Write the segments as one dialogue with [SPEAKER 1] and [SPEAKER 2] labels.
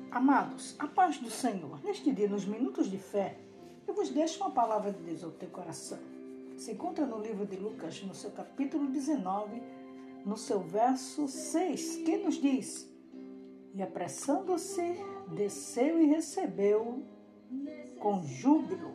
[SPEAKER 1] Amados, a paz do Senhor. Neste dia, nos minutos de fé, eu vos deixo uma palavra de Deus ao teu coração. Se encontra no livro de Lucas, no seu capítulo 19, no seu verso 6, que nos diz: E apressando-se, desceu e recebeu com júbilo.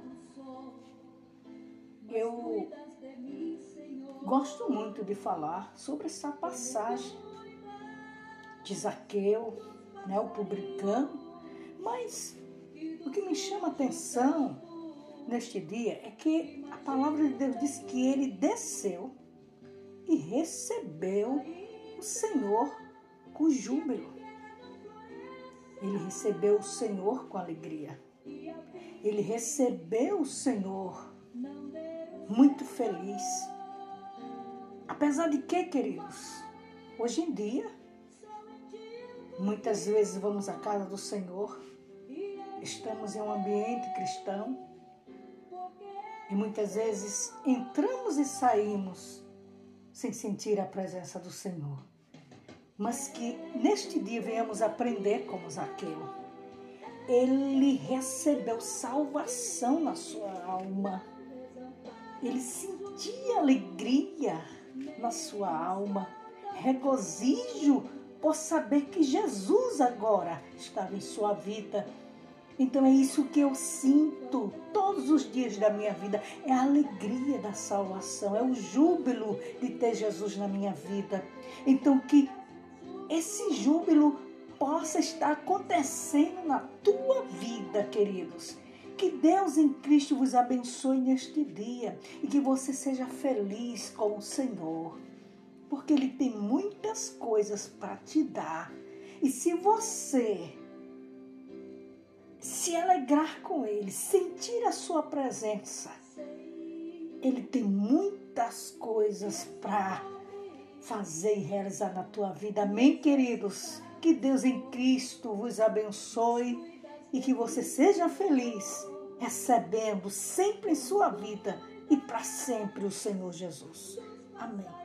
[SPEAKER 1] Eu gosto muito de falar sobre essa passagem de Zaqueu, o publicano, mas o que me chama a atenção neste dia é que a palavra de Deus diz que ele desceu e recebeu o Senhor com júbilo. Ele recebeu o Senhor com alegria. Ele recebeu o Senhor muito feliz. Apesar de que, queridos, hoje em dia, muitas vezes vamos à casa do Senhor, estamos em um ambiente cristão e muitas vezes entramos e saímos sem sentir a presença do Senhor. Mas que neste dia venhamos aprender como Zaqueu. Ele recebeu salvação na sua alma. Ele sentia alegria na sua alma, regozijo por saber que Jesus agora estava em sua vida. Então é isso que eu sinto todos os dias da minha vida. É a alegria da salvação, é o júbilo de ter Jesus na minha vida. Então que esse júbilo possa estar acontecendo na tua vida, queridos. Que Deus em Cristo vos abençoe neste dia e que você seja feliz com o Senhor. Porque Ele tem muitas coisas para te dar. E se você se alegrar com Ele, sentir a sua presença, Ele tem muitas coisas para fazer e realizar na tua vida. Amém, queridos? Que Deus em Cristo vos abençoe e que você seja feliz, recebendo sempre em sua vida e para sempre o Senhor Jesus. Amém.